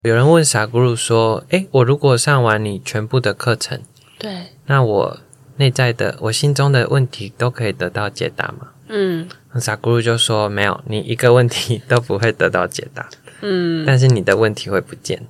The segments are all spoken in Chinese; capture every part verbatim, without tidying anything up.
有人问傻咕噜说，诶，我如果上完你全部的课程， 对， 那我内在的我心中的问题都可以得到解答吗？ 嗯， 傻咕噜就说没有，你一个问题都不会得到解答， 嗯， 但是你的问题会不见。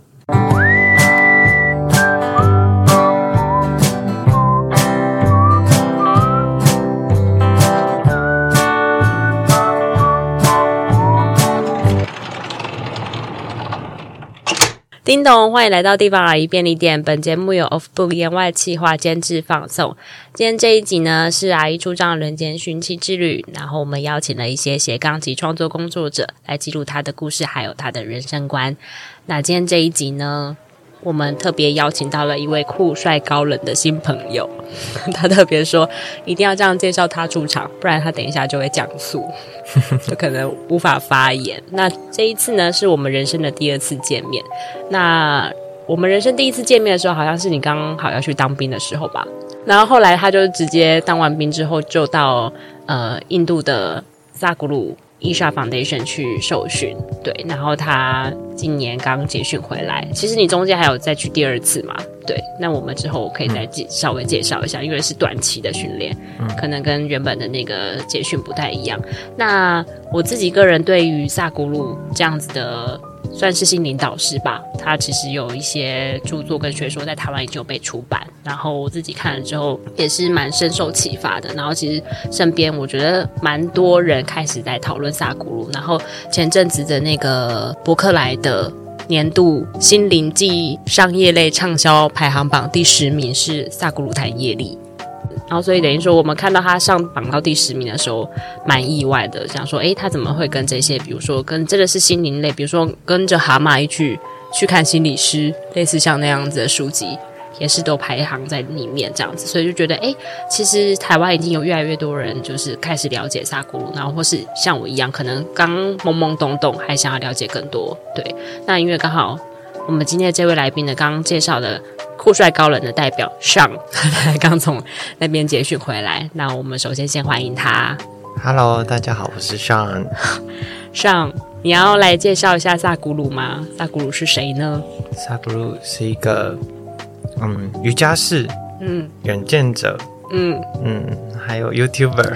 叮咚，欢迎来到地方阿姨便利店。本节目由 Off Book 言外企划监制放送。今天这一集呢是阿姨出张人间寻奇之旅，然后我们邀请了一些斜杠及创作工作者来记录他的故事，还有他的人生观。那今天这一集呢，我们特别邀请到了一位酷帅高冷的新朋友，他特别说一定要这样介绍他出场，不然他等一下就会降速，就可能无法发言。那这一次呢，是我们人生的第二次见面。那我们人生第一次见面的时候，好像是你刚好要去当兵的时候吧。然后后来他就直接当完兵之后，就到呃印度的萨古鲁伊莎 Foundation 去受训，对，然后他今年刚结训回来。其实你中间还有再去第二次嘛？对，那我们之后可以再介稍微介绍一下，因为是短期的训练，可能跟原本的那个结训不太一样。那我自己个人对于萨古鲁这样子的，算是心灵导师吧，他其实有一些著作跟学说在台湾已经有被出版，然后我自己看了之后也是蛮深受启发的。然后其实身边我觉得蛮多人开始在讨论萨古鲁，然后前阵子的那个博客来的年度心灵暨商业类畅销排行榜第十名是萨古鲁谈业力。然后所以等于说我们看到他上榜到第十名的时候蛮意外的，想说诶他怎么会跟这些比如说跟真的是心灵类，比如说跟着蛤蟆一起去看心理师，类似像那样子的书籍也是都排行在里面这样子。所以就觉得诶其实台湾已经有越来越多人就是开始了解萨古鲁，然后或是像我一样可能刚懵懵懂懂还想要了解更多。对，那因为刚好我们今天的这位来宾呢，刚刚介绍的酷帅高冷的代表上，他刚从那边结训回来。那我们首先先欢迎他。 Hello， 大家好，我是 Sean。 上，你要来介绍一下萨古鲁吗？萨古鲁是谁呢？ 萨古鲁是一个嗯瑜伽士，嗯，远见者，嗯嗯，还有 YouTuber。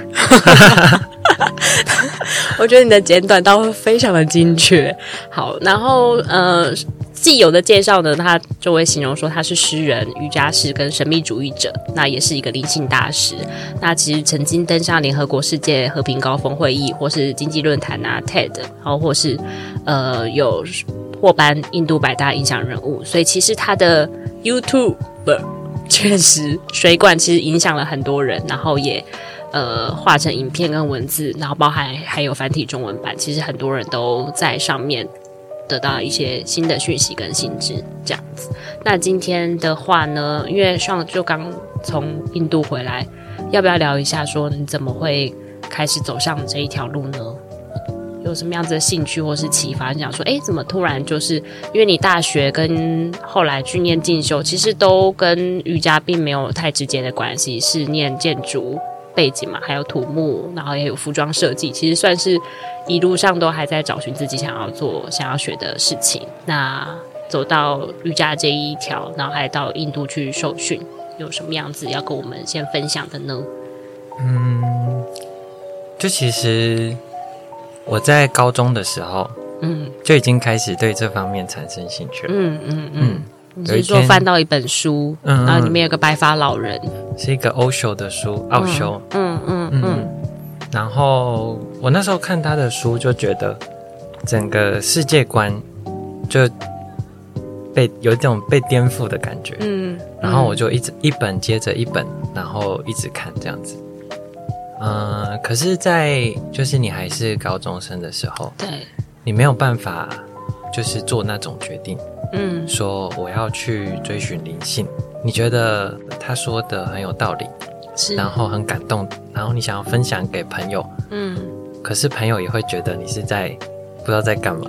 我觉得你的简短到非常的精确。好，然后呃。既有的介绍呢，他就会形容说他是诗人、瑜伽师跟神秘主义者，那也是一个灵性大师。那其实曾经登上联合国世界和平高峰会议，或是经济论坛啊 T E D， 然后或是呃有获颁印度百大影响人物。所以其实他的 YouTube 确实水管其实影响了很多人，然后也呃画成影片跟文字，然后包含还有繁体中文版，其实很多人都在上面得到一些新的讯息跟心智这样子。那今天的话呢，因为上就刚从印度回来，要不要聊一下说你怎么会开始走上这一条路呢？有什么样子的兴趣或是启发？你想说诶怎么突然就是因为你大学跟后来去念进修其实都跟瑜伽并没有太直接的关系，是念建筑背景嘛，还有土木，然后也有服装设计，其实算是一路上都还在找寻自己想要做想要学的事情。那走到瑜伽这一条，然后还到印度去受训，有什么样子要跟我们先分享的呢？ 嗯，就其实我在高中的时候嗯，就已经开始对这方面产生兴趣了。嗯嗯嗯， 你是说翻到一本书，嗯，然后里面有个白发老人， 是一个欧修的书，奥修，嗯嗯 嗯, 嗯。然后我那时候看他的书，就觉得整个世界观就被有一种被颠覆的感觉，嗯。然后我就一直一本接着一本，然后一直看这样子。嗯、呃，可是，在就是你还是高中生的时候， 对， 你没有办法就是做那种决定。嗯，说我要去追寻灵性，你觉得他说的很有道理，是，然后很感动，然后你想要分享给朋友，嗯，可是朋友也会觉得你是在不知道在干嘛。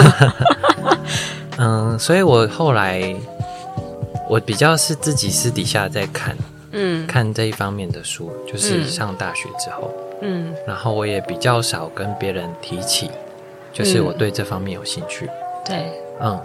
嗯，所以我后来我比较是自己私底下在看，嗯，看这一方面的书，就是上大学之后，嗯，然后我也比较少跟别人提起，就是我对这方面有兴趣， 对， 嗯。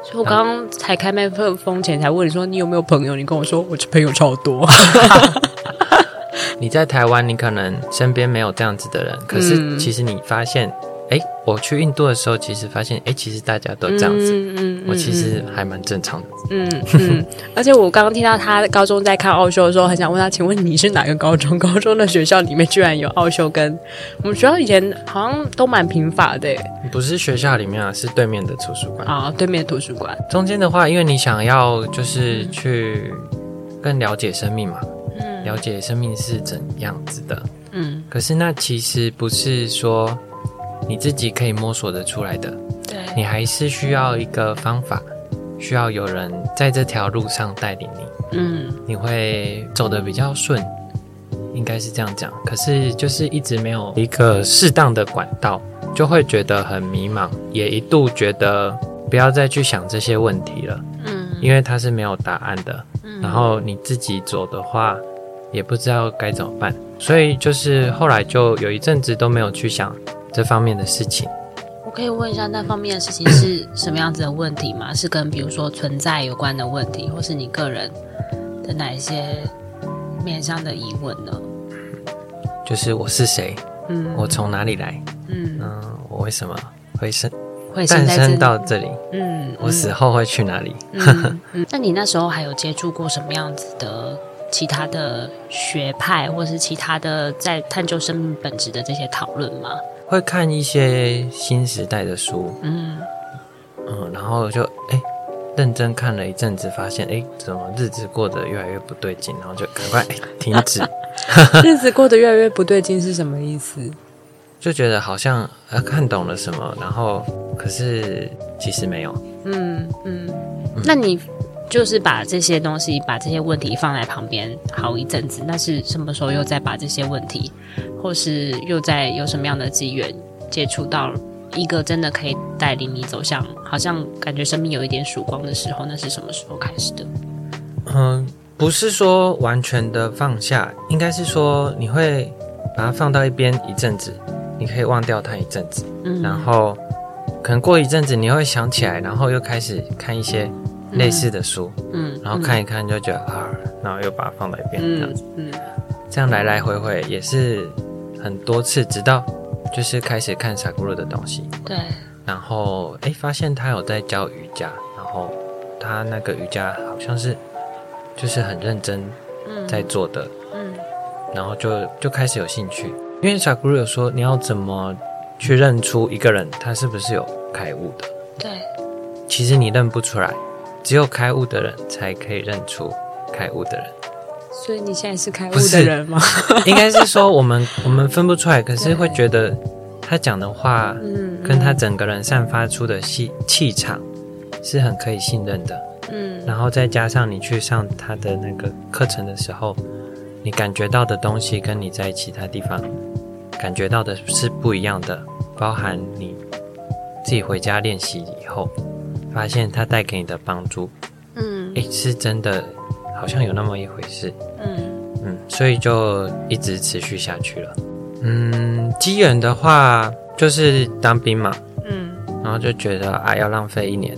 所以我刚刚才开麦克风前才问你说你有没有朋友，你跟我说我朋友超多。 你在台湾你可能身边没有这样子的人，可是其实你发现哎、嗯，我去印度的时候其实发现哎，其实大家都这样子、嗯嗯嗯、我其实还蛮正常的。 嗯嗯，而且我刚刚听到他高中在看奥修的时候，很想问他，请问你是哪个高中？高中的学校里面居然有奥修，跟我们学校以前好像都蛮贫乏的。 不是学校里面啊，是对面的图书馆啊，对面的图书馆。 中间的话，因为你想要就是去更了解生命嘛，嗯，了解生命是怎样子的，嗯，可是那其实不是说你自己可以摸索得出来的，对，你还是需要一个方法，需要有人在这条路上带领你，嗯，你会走得比较顺，应该是这样讲。可是就是一直没有一个适当的管道，就会觉得很迷茫，也一度觉得不要再去想这些问题了，嗯，因为它是没有答案的，嗯，然后你自己走的话也不知道该怎么办，所以就是后来就有一阵子都没有去想这方面的事情。 我可以问一下那方面的事情是什么样子的问题吗？是跟比如说存在有关的问题，或是你个人的哪一些面向的疑问呢？ 就是我是谁，嗯，我从哪里来，嗯、呃、我为什么会生会诞生到这里，嗯，我死后会去哪里？ 嗯嗯、那你那时候还有接触过什么样子的其他的学派，或是其他的在探究生命本质的这些讨论吗？ 会看一些新时代的书，嗯嗯，然后就哎认真看了一阵子，发现哎怎么日子过得越来越不对劲，然后就赶快停止。 日子过得越来越不对劲是什么意思？ 就觉得好像呃看懂了什么，然后可是其实没有。嗯嗯，那你就是把这些东西，把这些问题放在旁边好一阵子，那是什么时候又再把这些问题，或是又在有什么样的机缘接触到一个真的可以带领你走向好像感觉生命有一点曙光的时候，那是什么时候开始的？ 嗯，不是说完全的放下，应该是说你会把它放到一边一阵子，你可以忘掉它一阵子，嗯，然后可能过一阵子你会想起来，然后又开始看一些类似的书，嗯，然后看一看就觉得啊，然后又把它放到一边，这样子，嗯，这样来来回回也是很多次，直到就是开始看萨古鲁的东西， 对， 然后哎发现他有在教瑜伽，然后他那个瑜伽好像是就是很认真在做的，嗯，然后就就开始有兴趣，因为萨古鲁有说你要怎么去认出一个人他是不是有开悟的， 对， 其实你认不出来。只有开悟的人才可以认出开悟的人， 所以你现在是开悟的人吗？ 应该是说我们我们分不出来，可是会觉得他讲的话，嗯，跟他整个人散发出的气气场是很可以信任的，嗯，然后再加上你去上他的那个课程的时候，你感觉到的东西跟你在其他地方感觉到的是不一样的，包含你自己回家练习以后。发现它带给你的帮助，嗯，诶，是真的，好像有那么一回事，嗯嗯，所以就一直持续下去了。嗯，机缘的话就是当兵嘛，嗯，然后就觉得啊要浪费一年，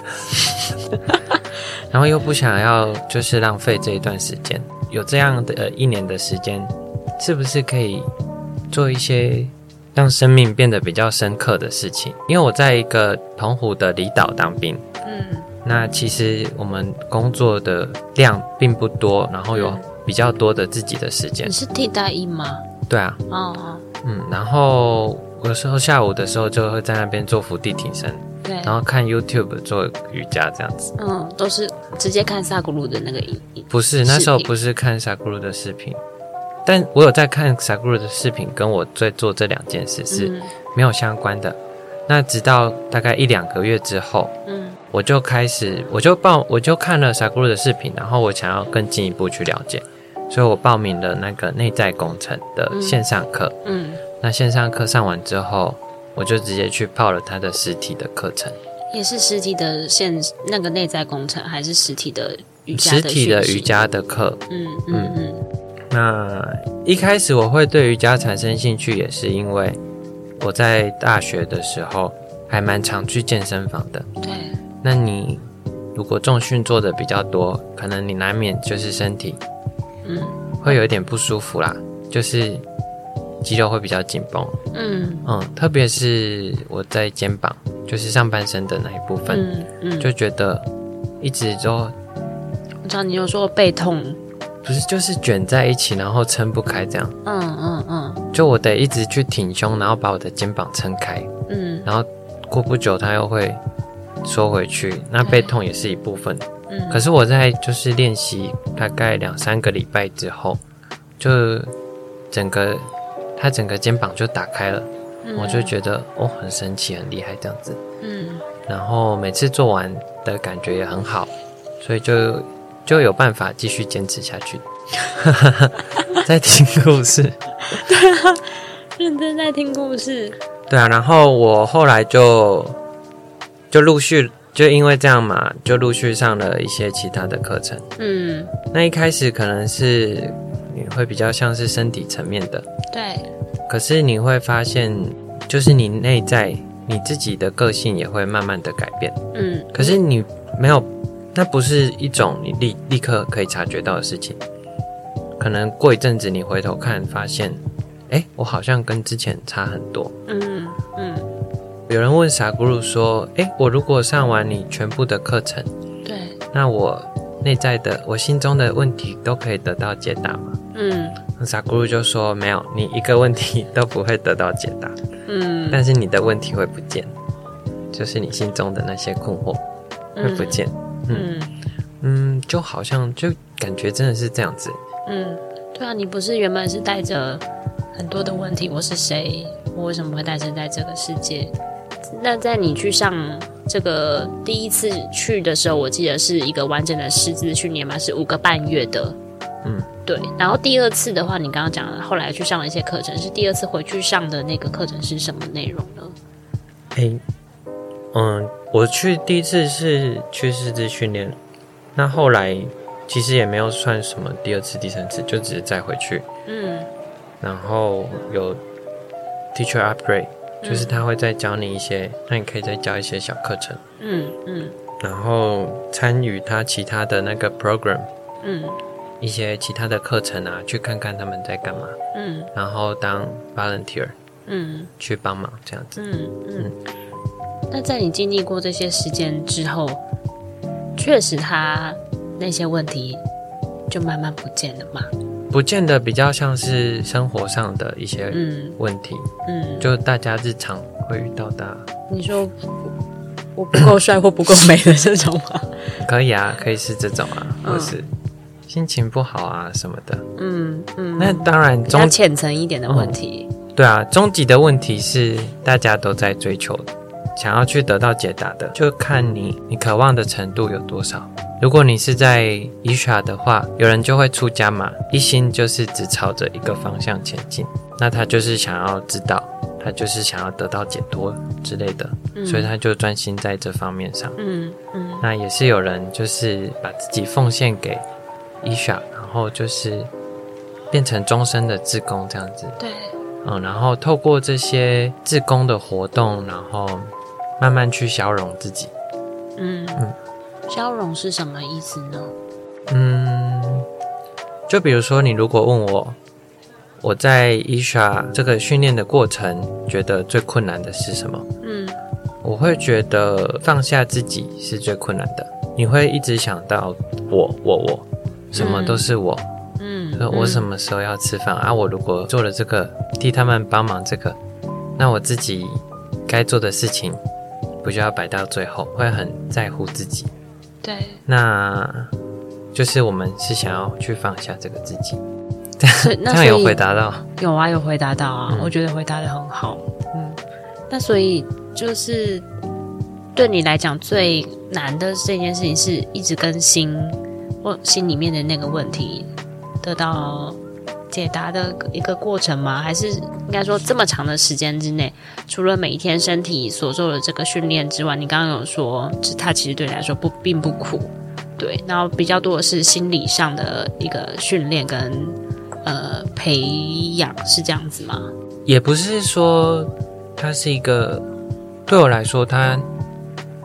然后又不想要就是浪费这一段时间，有这样的、呃、一年的时间，是不是可以做一些让生命变得比较深刻的事情？因为我在一个澎湖的离岛当兵，嗯，那其实我们工作的量并不多，然后有比较多的自己的时间。 你是替代役吗？ 对啊，哦哦，嗯，然后有时候下午的时候就会在那边做伏地挺身，对，然后看 YouTube 做瑜伽这样子。 嗯，都是直接看萨古鲁的那个影片？ 不是，那时候不是看萨古鲁的视频。但我有在看萨古鲁的视频，跟我在做这两件事是没有相关的。嗯、那直到大概一两个月之后，嗯，我就开始，我就报，我就看了萨古鲁的视频，然后我想要更进一步去了解，所以我报名了那个内在工程的线上课。嗯，嗯那线上课上完之后，我就直接去报了他的实体的课程。 也是实体的线那个内在工程，还是实体的瑜伽的？实体的瑜伽的课。嗯嗯嗯。那一开始我会对瑜伽产生兴趣，也是因为我在大学的时候还蛮常去健身房的。 对。 那你如果重训做的比较多，可能你难免就是身体嗯会有一点不舒服啦，就是肌肉会比较紧绷。嗯嗯，特别是我在肩膀，就是上半身的那一部分，嗯嗯，就觉得一直都， 我知道你有说背痛， 不是就是卷在一起，然后撑不开这样。嗯嗯嗯，就我得一直去挺胸，然后把我的肩膀撑开。嗯，然后过不久它又会缩回去，那背痛也是一部分。嗯，可是我在就是练习大概两三个礼拜之后，就整个它整个肩膀就打开了。嗯，我就觉得哦很神奇很厉害这样子。嗯，然后每次做完的感觉也很好，所以就就有办法继续坚持下去。在听故事。 对啊，认真在听故事。 对啊，然后我后来就就陆续就因为这样嘛，就陆续上了一些其他的课程。嗯，那一开始可能是你会比较像是身体层面的。 对。 可是你会发现，就是你内在你自己的个性也会慢慢的改变。嗯，可是你没有，那不是一种你立立刻可以察觉到的事情。可能过一阵子你回头看，发现，哎，我好像跟之前差很多。嗯嗯。有人问傻咕噜说，哎，我如果上完你全部的课程， 对， 那我内在的我心中的问题都可以得到解答吗？嗯。傻咕噜就说没有，你一个问题都不会得到解答。嗯。但是你的问题会不见，就是你心中的那些困惑会不见。嗯 嗯, 嗯，就好像就感觉真的是这样子。 嗯，对啊，你不是原本是带着很多的问题，我是谁？我为什么会诞生在这个世界？那在你去上这个第一次去的时候，我记得是一个完整的师资训练嘛，是五个半月的。嗯，对。然后第二次的话，你刚刚讲了，后来去上了一些课程，是第二次回去上的那个课程是什么内容呢？ 诶，嗯，我去第一次是去师资训练，那后来其实也没有算什么第二次、第三次，就只是再回去。嗯，然后有 teacher upgrade， 就是他会再教你一些，那你可以再教一些小课程。嗯嗯，然后参与他其他的那个 program。嗯。一些其他的课程啊，去看看他们在干嘛，嗯，然后当 volunteer， 嗯，去帮忙这样子，嗯嗯。 那在你经历过这些时间之后，确实他那些问题就慢慢不见了嘛？ 不见得，比较像是生活上的一些问题，嗯，嗯就大家日常会遇到的。 你说我不够帅或不够美的这种吗？ 可以啊，可以是这种啊，或是。嗯心情不好啊什么的，嗯嗯，那当然比较浅层一点的问题、 嗯，对啊，终极的问题是大家都在追求的，想要去得到解答的，就看你你渴望的程度有多少。如果你是在 Isha 的话，有人就会出家嘛，一心就是只朝着一个方向前进，那他就是想要知道，他就是想要得到解脱之类的，嗯、所以他就专心在这方面上。嗯嗯，那也是有人就是把自己奉献给Isha， 然后就是变成终身的志工这样子。 对， 嗯，然后透过这些志工的活动，然后慢慢去消融自己。 嗯嗯，消融是什么意思呢？ 嗯，就比如说你如果问我，我在 Isha 这个训练的过程，觉得最困难的是什么？嗯，我会觉得放下自己是最困难的。你会一直想到我我我。什么都是我，嗯，我什么时候要吃饭、嗯、啊？我如果做了这个，替他们帮忙这个，那我自己该做的事情，不就要摆到最后？会很在乎自己。 对， 那就是我们是想要去放下这个自己。这样有回答到？ 有啊，有回答到啊，嗯、我觉得回答得很好。嗯，那所以就是对你来讲最难的这件事情，是一直更新。或心里面的那个问题得到解答的一个过程吗？还是应该说这么长的时间之内，除了每一天身体所做的这个训练之外，你刚刚有说它其实对你来说不并不苦，对，然后比较多的是心理上的一个训练跟呃培养，是这样子吗？ 也不是说它是一个，对我来说它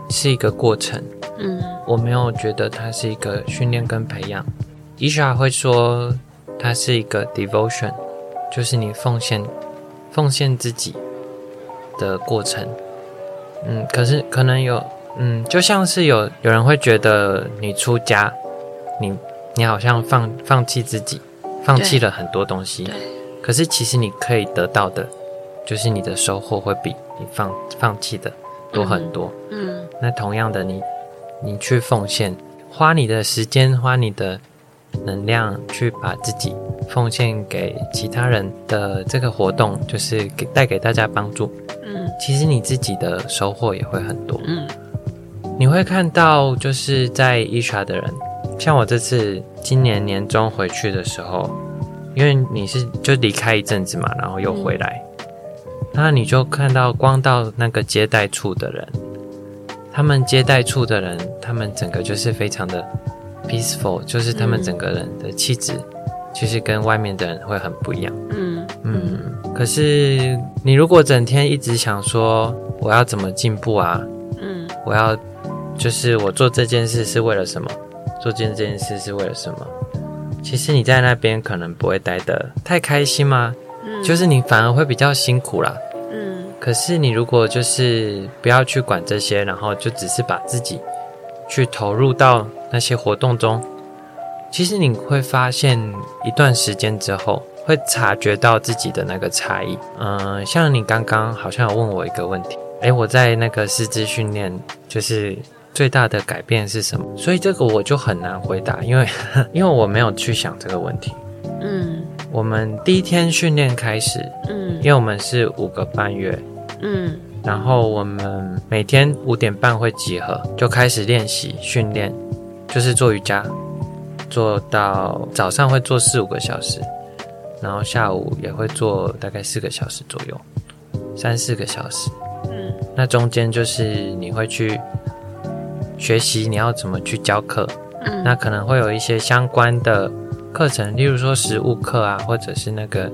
是一个过程， 嗯， 我没有觉得它是一个训练跟培养。Isha 会说它是一个 devotion， 就是你奉献奉献自己的过程。嗯，可是可能有，嗯，就像是有有人会觉得你出家，你你好像放放弃自己，放弃了很多东西，可是其实你可以得到的，就是你的收获会比你放放弃的多很多。嗯，嗯那同样的你，你你去奉献，花你的时间，花你的能量，去把自己奉献给其他人的这个活动，就是给带给大家帮助。嗯，其实你自己的收获也会很多。嗯，你会看到就是在 Isha 的人，像我这次今年年中回去的时候，因为你是就离开一阵子嘛，然后又回来，嗯、那你就看到光到那个接待处的人，他们接待处的人，他们整个就是非常的 peaceful， 就是他们整个人的气质，就是跟外面的人会很不一样。嗯嗯。可是你如果整天一直想说我要怎么进步啊，嗯，我要就是我做这件事是为了什么，做这件事是为了什么？其实你在那边可能不会待得太开心吗？嗯，就是你反而会比较辛苦啦。嗯，可是你如果就是不要去管这些，然后就只是把自己去投入到那些活动中，其实你会发现一段时间之后会察觉到自己的那个差异。嗯，像你刚刚好像有问我一个问题，诶，我在那个师资训练就是最大的改变是什么？所以这个我就很难回答，因为因为我没有去想这个问题。嗯，我们第一天训练开始，嗯，因为我们是五个半月，嗯，然后我们每天五点半会集合，就开始练习训练，就是做瑜伽，做到早上会做四五个小时。然后下午也会做大概四个小时左右，三四个小时。嗯，那中间就是你会去学习你要怎么去教课。嗯，那可能会有一些相关的课程，例如说食物课啊，或者是那个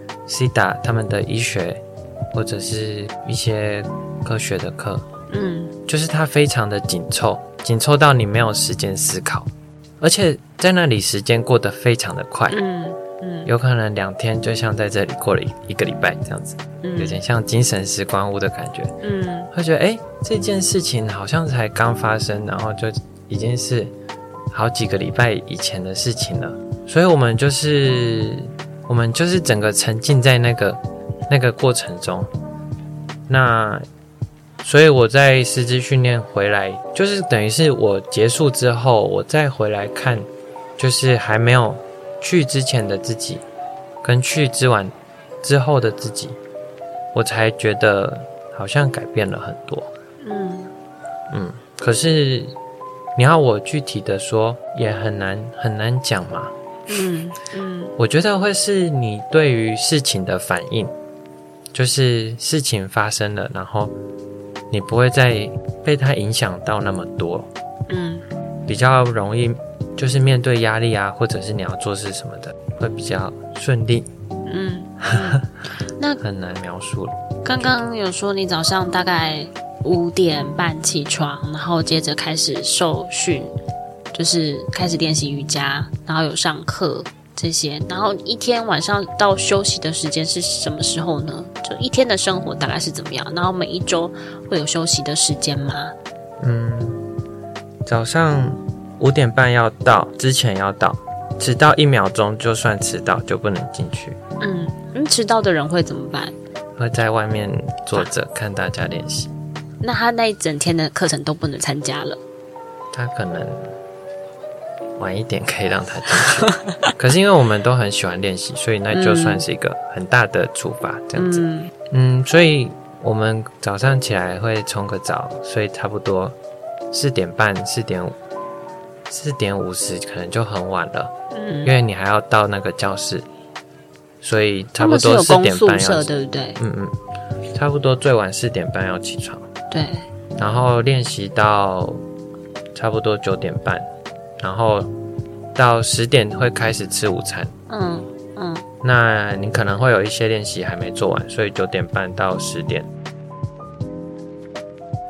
C D A 他们的医学，或者是一些科学的课。嗯，就是它非常的紧凑，紧凑到你没有时间思考，而且在那里时间过得非常的快。嗯。嗯，有可能两天就像在这里过了一一个礼拜这样子，嗯，有点像精神时光屋的感觉。嗯，会觉得哎，这件事情好像才刚发生，然后就已经是好几个礼拜以前的事情了。所以我们就是我们就是整个沉浸在那个那个过程中。那所以我在师资训练回来，就是等于是我结束之后，我再回来看，就是还没有去之前的自己跟去之晚之后的自己，我才觉得好像改变了很多。嗯嗯，可是你要我具体的说也很难很难讲嘛。嗯嗯，我觉得会是你对于事情的反应，就是事情发生了，然后你不会再被它影响到那么多。嗯，比较容易就是面对压力啊，或者是你要做事什么的，会比较顺利。嗯，嗯那很难描述了。 刚刚有说你早上大概五点半起床，然后接着开始受训，就是开始练习瑜伽，然后有上课这些，然后一天晚上到休息的时间是什么时候呢？就一天的生活大概是怎么样？然后每一周会有休息的时间吗？ 嗯，早上五点半要到，之前要到，迟到一秒钟就算迟到就不能进去。 嗯，嗯，迟到的人会怎么办？ 会在外面坐着看大家练习。 那他那一整天的课程都不能参加了？ 他可能晚一点可以让他进去，可是因为我们都很喜欢练习，所以那就算是一个很大的处罚，这样子。嗯, 嗯，所以我们早上起来会冲个澡，所以差不多四点半、四点五、四点五十可能就很晚了。嗯，因为你还要到那个教室，所以差不多四点半要， 对不对？ 嗯嗯，差不多最晚四点半要起床。 对， 然后练习到差不多九点半。然后到十点会开始吃午餐。嗯嗯，那你可能会有一些练习还没做完，所以九点半到十点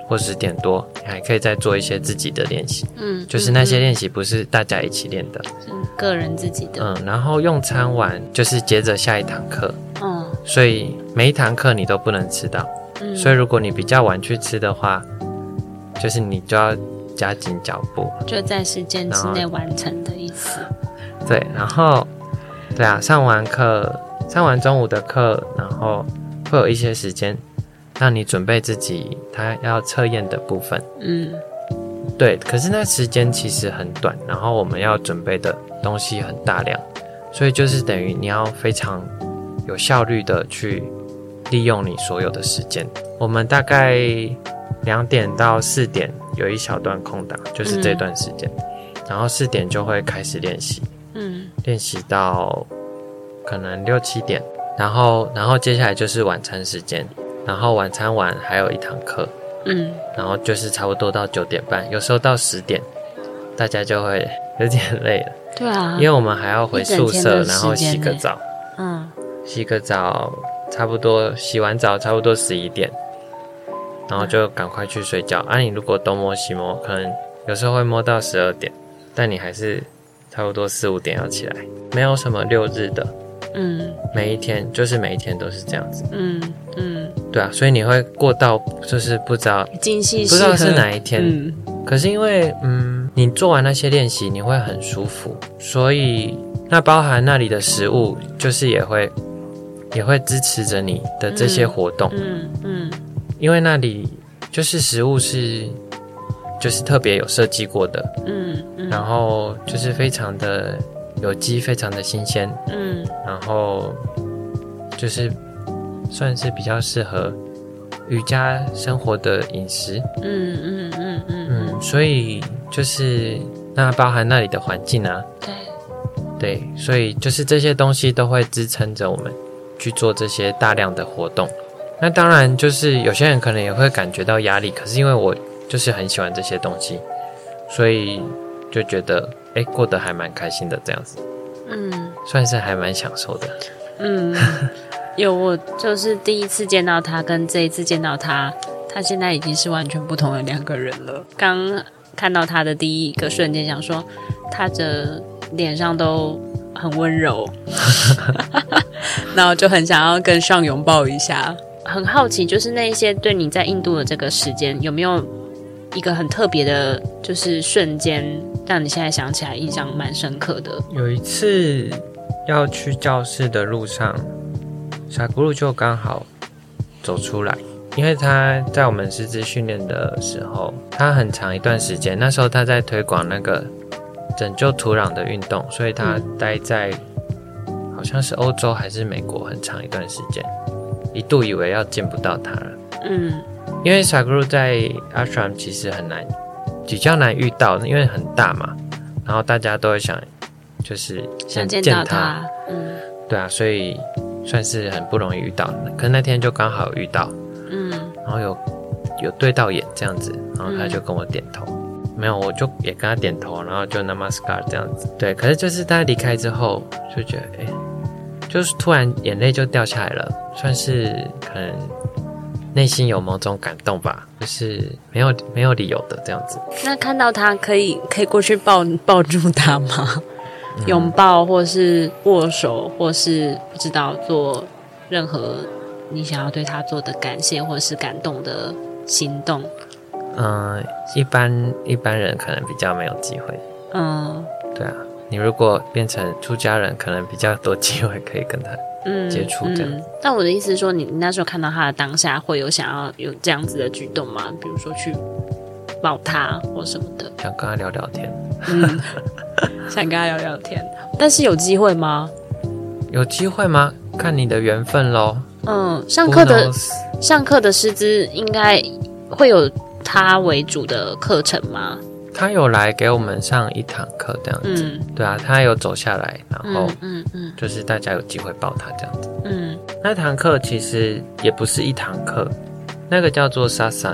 或十点多，你还可以再做一些自己的练习。 嗯， 就是那些练习不是大家一起练的， 是个人自己的。 嗯，然后用餐完就是接着下一堂课。嗯，所以每一堂课你都不能迟到。嗯，所以如果你比较晚去吃的话，就是你就要加紧脚步， 就在时间之内完成的意思。 对，然后对啊，上完课，上完中午的课，然后会有一些时间让你准备自己他要测验的部分。嗯，对，可是那时间其实很短，然后我们要准备的东西很大量，所以就是等于你要非常有效率的去利用你所有的时间。我们大概两点到四点有一小段空档，就是这段时间、嗯、然后四点就会开始练习，嗯，练习到可能六七点，然后然后接下来就是晚餐时间，然后晚餐完还有一堂课，嗯，然后就是差不多到九点半，有时候到十点，大家就会有点累了。 对啊， 因为我们还要回宿舍，然后洗个澡，嗯，洗个澡，差不多洗完澡差不多十一点，然后就赶快去睡觉。啊，你如果东摸西摸，可能有时候会摸到十二点，但你还是差不多四五点要起来。没有什么六日的，嗯，每一天就是每一天都是这样子，嗯嗯，对啊，所以你会过到就是不知道精细不知道是哪一天，嗯，可是因为嗯，你做完那些练习你会很舒服，所以那包含那里的食物，就是也会也会支持着你的这些活动，嗯 嗯, 嗯，因为那里就是食物是就是特别有设计过的，嗯嗯，然后就是非常的有机，非常的新鲜，嗯，然后就是算是比较适合瑜伽生活的饮食，嗯嗯嗯嗯嗯，所以就是那包含那里的环境啊，对对，所以就是这些东西都会支撑着我们去做这些大量的活动。那当然就是有些人可能也会感觉到压力，可是因为我就是很喜欢这些东西，所以就觉得哎，过得还蛮开心的这样子，嗯，算是还蛮享受的。 嗯，有，我就是第一次见到他跟这一次见到他，他现在已经是完全不同的两个人了。刚看到他的第一个瞬间想说他的脸上都很温柔然后就很想要跟上拥抱一下。很好奇就是那一些对你在印度的这个时间有没有一个很特别的就是瞬间让你现在想起来印象蛮深刻的？ 有一次要去教室的路上，萨古鲁就刚好走出来，因为他在我们师资训练的时候，他很长一段时间，那时候他在推广那个拯救土壤的运动，所以他待在、嗯、好像是欧洲还是美国很长一段时间，一度以为要见不到他了。嗯，因为萨古鲁在 ashram 其实很难，比较难遇到，因为很大嘛，然后大家都会想就是想见到他，嗯， 对啊，所以算是很不容易遇到的。可是那天就刚好有遇到，嗯，然后有有对到眼这样子，然后他就跟我点头，嗯、没有我就也跟他点头，然后就 namaskar 这样子。对，可是就是他离开之后，就觉得哎、欸，就是突然眼泪就掉下来了，算是可能内心有某种感动吧，就是没有没有理由的这样子。 那看到他可以可以过去抱抱住他吗？拥抱或是握手，或是不知道做任何你想要对他做的感谢或是感动的行动。 嗯，一般一般人可能比较没有机会。嗯，对啊，你如果变成出家人，可能比较多机会可以跟他接触这样、嗯嗯。 但我的意思是说，你那时候看到他的当下，会有想要有这样子的举动吗？比如说去抱他或什么的， 想跟他聊聊天。 嗯，想跟他聊聊天，但是有机会吗？ 有机会吗？看你的缘分咯。 嗯，上课的上课的师资应该会有他为主的课程吗？ 他有来给我们上一堂课这样子、嗯、对啊，他有走下来，然后嗯嗯，就是大家有机会抱他这样子。嗯，那堂课其实也不是一堂课，那个叫做 sasan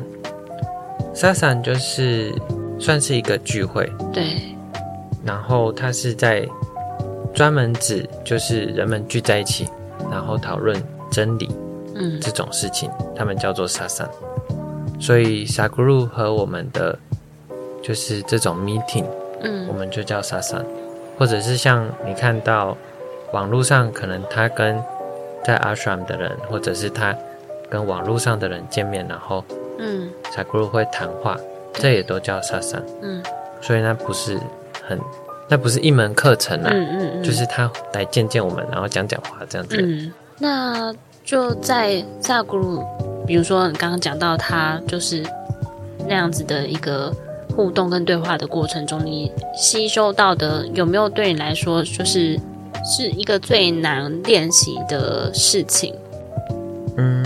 sasan 就是算是一个聚会， 对， 然后它是在专门指就是人们聚在一起，然后讨论真理，嗯，这种事情，他们叫做 sasan。 所以 Sadhguru 和我们的就是这种 meeting，嗯，我们就叫 satsang，或者是像你看到网络上可能他跟在 ashram 的人，或者是他跟网络上的人见面，然后嗯 Sadhguru 会谈话，这也都叫 satsang，嗯，所以那不是很那不是一门课程啊，嗯嗯嗯，就是他来见见我们，然后讲讲话这样子。 嗯，那就在 Sadhguru， 比如说你刚刚讲到他就是那样子的一个互动跟对话的过程中，你吸收到的有没有对你来说就是是一个最难练习的事情？ 嗯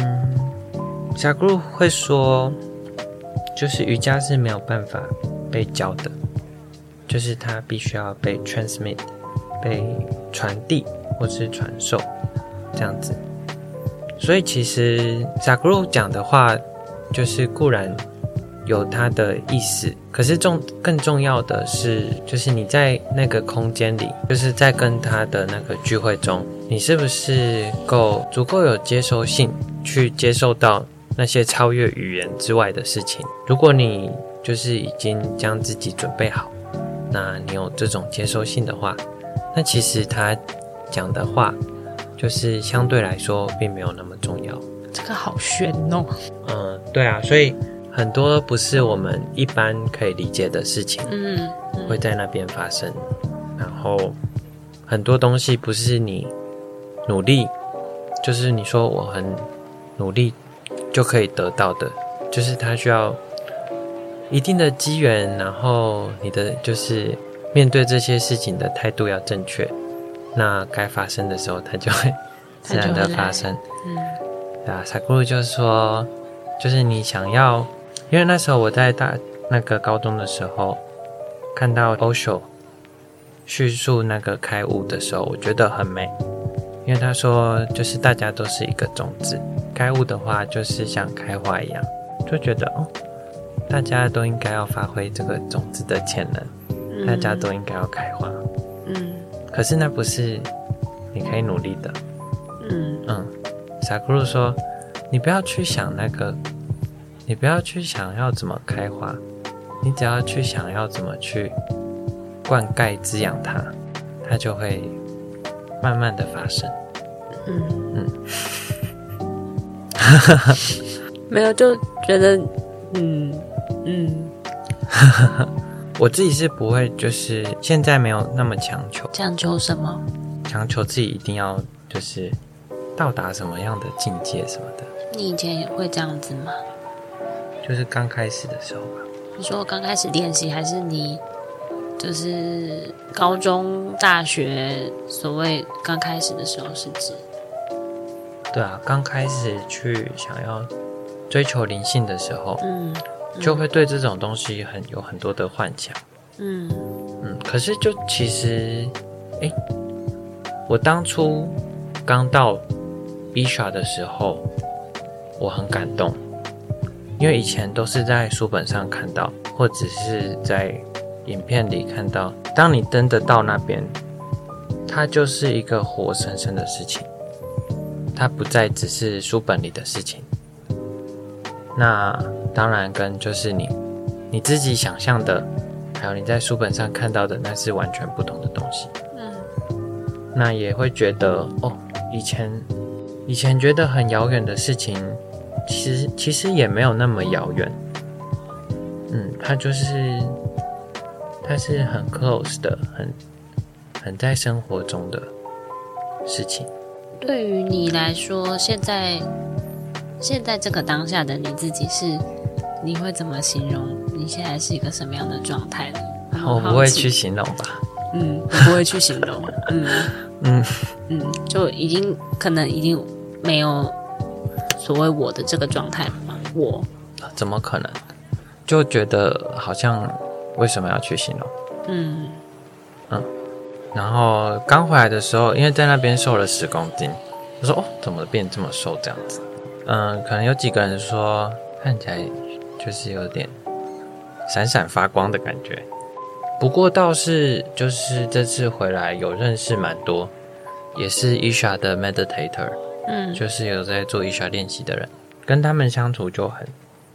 Sadhguru 会说，就是瑜伽是没有办法被教的，就是它必须要被 transmit， 被传递或是传授这样子。所以其实 Sadhguru 讲的话就是固然有它的意思，可是重更重要的是，就是你在那个空间里，就是在跟他的那个聚会中，你是不是够足够有接收性去接受到那些超越语言之外的事情。如果你就是已经将自己准备好，那你有这种接收性的话，那其实他讲的话就是相对来说并没有那么重要。 这个好玄哦。 嗯，对啊，所以很多不是我们一般可以理解的事情，嗯，会在那边发生。然后很多东西不是你努力，就是你说我很努力就可以得到的，就是它需要一定的机缘，然后你的就是面对这些事情的态度要正确，那该发生的时候它就会自然的发生。嗯，对啊，Sadhguru就是说，就是你想要，因为那时候我在大那个高中的时候看到 Osho 叙述那个开悟的时候，我觉得很美，因为他说就是大家都是一个种子，开悟的话就是像开花一样，就觉得哦，大家都应该要发挥这个种子的潜能，嗯，大家都应该要开花。嗯，可是那不是你可以努力的。嗯嗯 Sadhguru 说，你不要去想那个，你不要去想要怎么开花，你只要去想要怎么去灌溉滋养它，它就会慢慢的发生。嗯嗯， 没有就觉得，嗯嗯， 我自己是不会，就是现在没有那么强求。 强求什么？ 强求自己一定要就是到达什么样的境界什么的。 你以前也会这样子吗？ 就是刚开始的时候吧。 你说刚开始练习，还是你就是高中、大学所谓刚开始的时候是指？ 对啊，刚开始去想要追求灵性的时候，嗯，嗯就会对这种东西很有很多的幻想。嗯嗯，可是就其实，哎，我当初刚到 Isha 的时候，我很感动。因为以前都是在书本上看到，或者是在影片里看到，当你真的到那边，它就是一个活生生的事情，它不再只是书本里的事情。那当然跟就是你你自己想象的，还有你在书本上看到的，那是完全不同的东西。嗯，那也会觉得哦，以前以前觉得很遥远的事情，其实其实也没有那么遥远。嗯，它就是它是很 close 的，很很在生活中的事情。 对于你来说，现在现在这个当下的你自己是，你会怎么形容你现在是一个什么样的状态呢？ 我不会去形容吧。 嗯，我不会去形容。嗯嗯嗯，就已经可能已经没有所谓我的这个状态了吗？我怎么可能？就觉得好像为什么要去形容？嗯嗯。然后刚回来的时候，因为在那边瘦了十公斤，我说哦，怎么变这么瘦这样子？嗯，可能有几个人说看起来就是有点闪闪发光的感觉。不过倒是就是这次回来有认识蛮多，也是 Isha 的 meditator， 嗯，就是有在做 Isha 练习的人，跟他们相处就很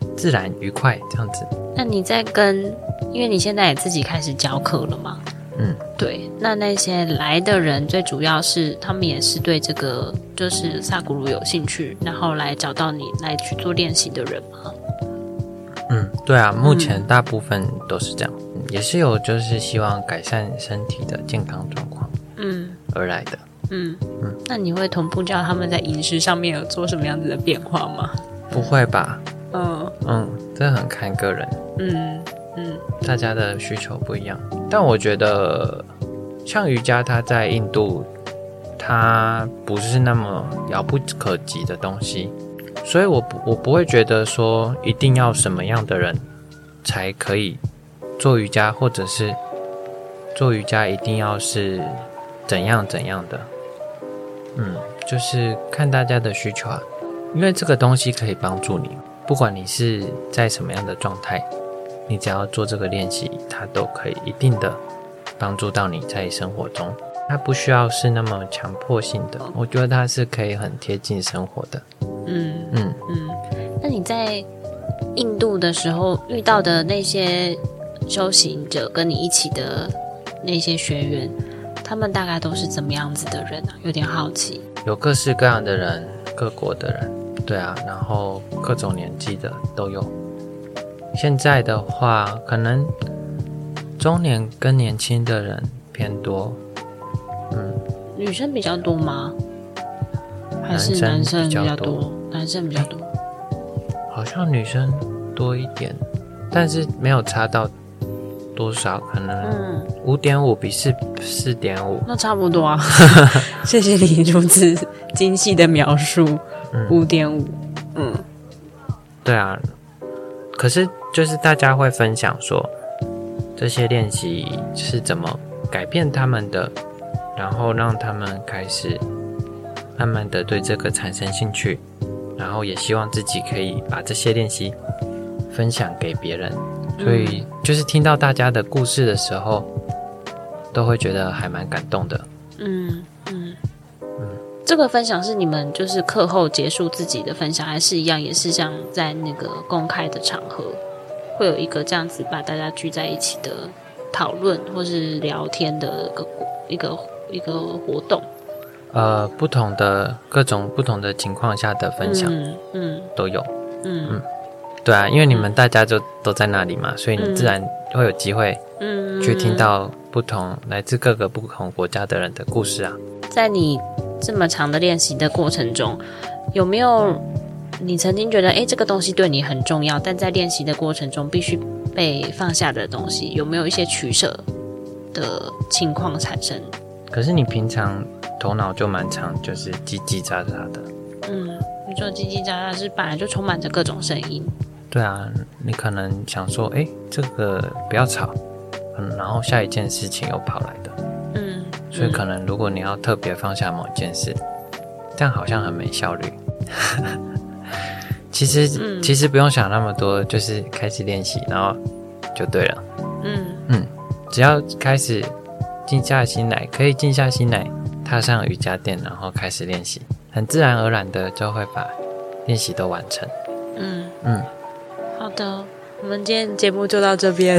自然愉快这样子。 那你在跟，因为你现在也自己开始教课了嘛？ 嗯， 对。那那些来的人，最主要是他们也是对这个就是萨古鲁有兴趣，然后来找到你来去做练习的人吗？ 嗯，对啊，目前大部分都是这样，嗯、也是有就是希望改善身体的健康状况，嗯，而来的。 嗯嗯，那你会同步教他们在饮食上面有做什么样子的变化吗？ 不会吧？ 嗯嗯，这很看个人。 嗯嗯， 大家的需求不一样，但我觉得像瑜伽，它在印度，它不是那么遥不可及的东西，所以我不我不会觉得说一定要什么样的人才可以做瑜伽，或者是做瑜伽一定要是怎样怎样的。嗯，就是看大家的需求啊，因为这个东西可以帮助你，不管你是在什么样的状态，你只要做这个练习，它都可以一定的帮助到你在生活中。它不需要是那么强迫性的，我觉得它是可以很贴近生活的。 嗯嗯嗯。那你在印度的时候遇到的那些修行者，跟你一起的那些学员，他们大概都是怎么样子的人啊？有点好奇。 有各式各样的人，各国的人，对啊，然后各种年纪的都有。现在的话，可能中年跟年轻的人偏多。嗯， 女生比较多吗？还是男生比较多？男生比较多。 好像女生多一点，但是没有差到多少，可能五点五比四四点五， 那差不多啊。谢谢你如此精细的描述，五点五，嗯， 对啊。可是就是大家会分享说，这些练习是怎么改变他们的，然后让他们开始慢慢的对这个产生兴趣，然后也希望自己可以把这些练习分享给别人。所以就是听到大家的故事的时候，都会觉得还蛮感动的。 嗯嗯嗯。这个分享是你们就是课后结束自己的分享，还是一样也是像在那个公开的场合，会有一个这样子把大家聚在一起的讨论或是聊天的一个一个一个活动？ 呃，不同的各种不同的情况下的分享，嗯，嗯都有，嗯嗯。对啊，因为你们大家就都在那里嘛，所以你自然会有机会去听到不同来自各个不同国家的人的故事啊。 在你这么长的练习的过程中，有没有你曾经觉得诶这个东西对你很重要，但在练习的过程中必须被放下的东西，有没有一些取舍的情况产生？ 可是你平常头脑就蛮常就是叽叽喳喳的。 嗯，你说叽叽喳喳是本来就充满着各种声音。 对啊，你可能想说，哎，这个不要吵，嗯，然后下一件事情又跑来的，嗯，所以可能如果你要特别放下某一件事，这样好像很没效率。其实、嗯、其实不用想那么多，就是开始练习，然后就对了。嗯嗯，只要开始静下心来，可以静下心来，踏上瑜伽垫，然后开始练习，很自然而然的就会把练习都完成。嗯嗯。 好的，我们今天节目就到这边。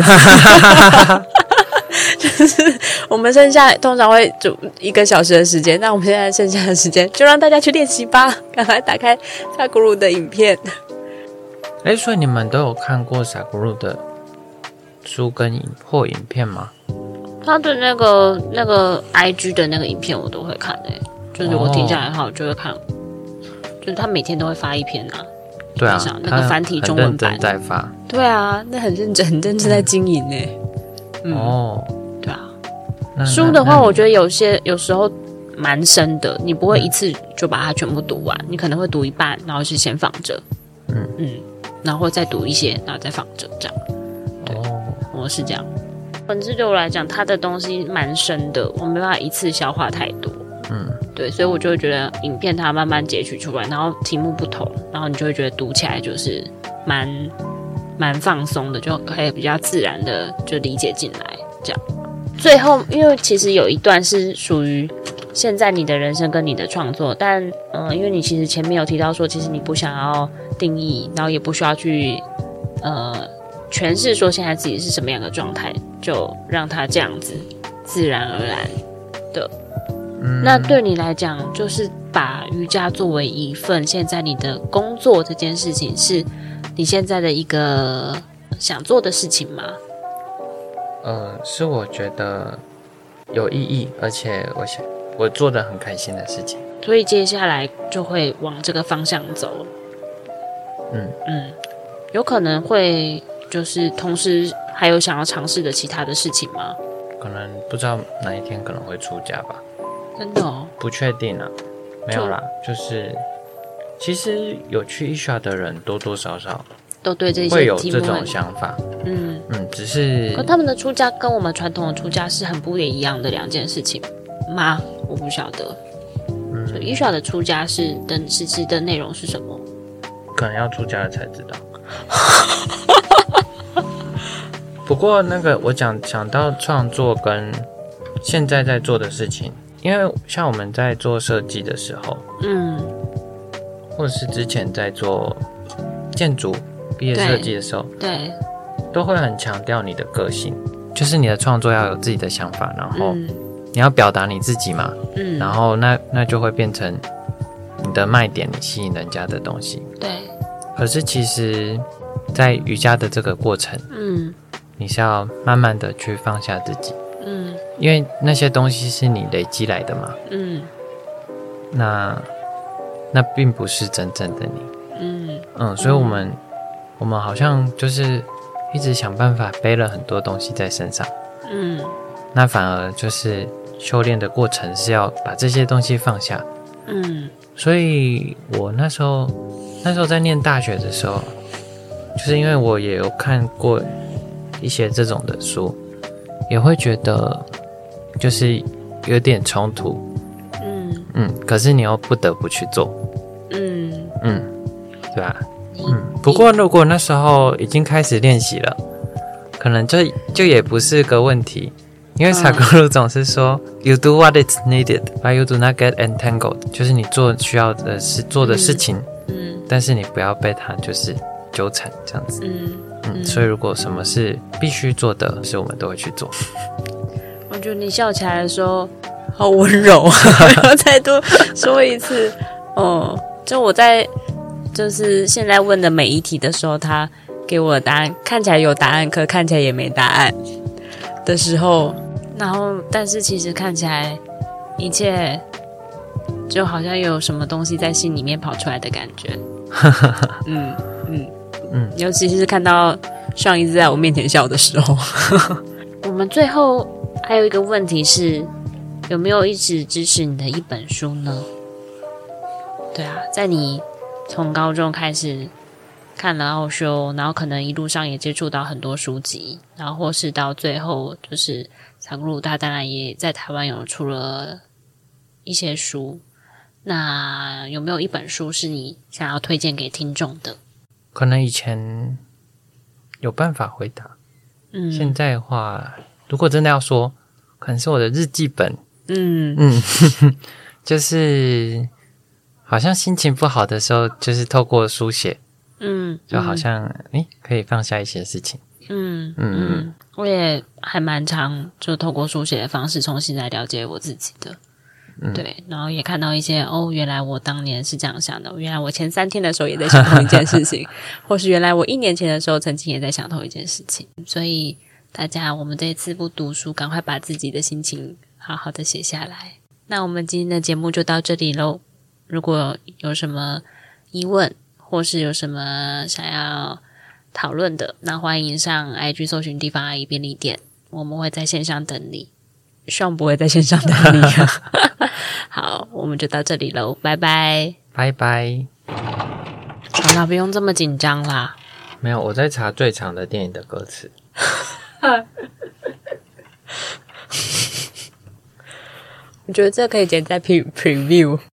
就是我们剩下通常会就一个小时的时间，那我们现在剩下的时间就让大家去练习吧。赶快打开萨古鲁的影片。 哎，所以你们都有看过萨古鲁的书跟影或影片吗？ 他的那个那个 I G 的那个影片我都会看的、欸，就是我停下来的话我就会看，就是他每天都会发一篇啊。 对啊， 那个繁体中文版很认真在发。 对啊，那很认真，很认真在经营呢、嗯。哦，对啊。书的话，我觉得有些有时候蛮深的，你不会一次就把它全部读完，你可能会读一半，然后是先放着，嗯嗯，然后再读一些，然后再放着，这样。对，哦，我是这样。文字对我来讲，它的东西蛮深的，我没办法一次消化太多。嗯，对，所以我就会觉得影片它慢慢截取出来，然后题目不同，然后你就会觉得读起来就是蛮蛮放松的，就可以比较自然的就理解进来。这样，最后因为其实有一段是属于现在你的人生跟你的创作，但嗯、呃，因为你其实前面有提到说，其实你不想要定义，然后也不需要去呃诠释说现在自己是什么样的状态，就让它这样子自然而然的。嗯、那对你来讲，就是把瑜伽作为一份现在你的工作这件事情，是你现在的一个想做的事情吗？ 呃，是我觉得有意义，而且我想我做得很开心的事情。 所以接下来就会往这个方向走。 嗯嗯，有可能会就是同时还有想要尝试的其他的事情吗？ 可能不知道哪一天可能会出家吧。 真的哦？ 不确定啊，没有啦，就是其实有去伊莎的人多多少少都对这些会有这种想法。 嗯嗯，只是可他们的出家跟我们传统的出家是很不一样的两件事情吗？我不晓得。嗯，所以伊莎的出家是的实际的内容是什么？ 可能要出家了才知道。不过那个我讲想到创作跟现在在做的事情，因为像我们在做设计的时候， 嗯， 或者是之前在做建筑毕业设计的时候， 对， 都会很强调你的个性，就是你的创作要有自己的想法，然后你要表达你自己嘛，嗯，然后那那就会变成你的卖点，你吸引人家的东西。 对。 可是其实，在瑜伽的这个过程，嗯，你是要慢慢的去放下自己，嗯，因为那些东西是你累积来的嘛，嗯，那那并不是真正的你，嗯嗯，所以我们、嗯、我们好像就是一直想办法背了很多东西在身上，嗯，那反而就是修炼的过程是要把这些东西放下，嗯，所以我那时候那时候在念大学的时候，就是因为我也有看过一些这种的书，也会觉得就是有点冲突，嗯嗯，可是你又不得不去做，嗯嗯，对吧？嗯，不过如果那时候已经开始练习了，可能就就也不是个问题，因为萨古鲁总是说、嗯、，You do what is needed, but you do not get entangled， 就是你做需要的事做的事情，嗯，但是你不要被它就是纠缠这样子，嗯嗯，所以如果什么是必须做的事，我们都会去做。 我觉得你笑起来的时候好温柔，要再多说一次。哦，就我在就是现在问的每一题的时候，他给我的答案看起来有答案，可看起来也没答案的时候，然后但是其实看起来一切就好像有什么东西在心里面跑出来的感觉。嗯嗯嗯，尤其是看到上一次在我面前笑的时候。我们最后还有一个问题是，有没有一直支持你的一本书呢？对啊，在你从高中开始看了奥修，然后可能一路上也接触到很多书籍，然后或是到最后就是萨古鲁他当然也在台湾有出了一些书，那有没有一本书是你想要推荐给听众的？ 可能以前有办法回答，嗯，现在的话如果真的要说，可能是我的日记本，嗯嗯，就是好像心情不好的时候，就是透过书写，嗯，就好像诶可以放下一些事情，嗯嗯嗯，我也还蛮常就透过书写的方式重新来了解我自己的，嗯、对，然后也看到一些哦，原来我当年是这样想的，原来我前三天的时候也在想同一件事情，或是原来我一年前的时候曾经也在想同一件事情，所以大家我们这一次不读书，赶快把自己的心情好好的写下来。那我们今天的节目就到这里咯，如果有什么疑问或是有什么想要讨论的，那欢迎上 I G 搜寻地方阿姨便利店，我们会在线上等你，希望不会在线上等你。好，我们就到这里咯，拜拜拜拜。 好啦，不用这么紧张啦。 没有，我在查最长的电影的歌词。 我觉得这可以剪在 pre preview。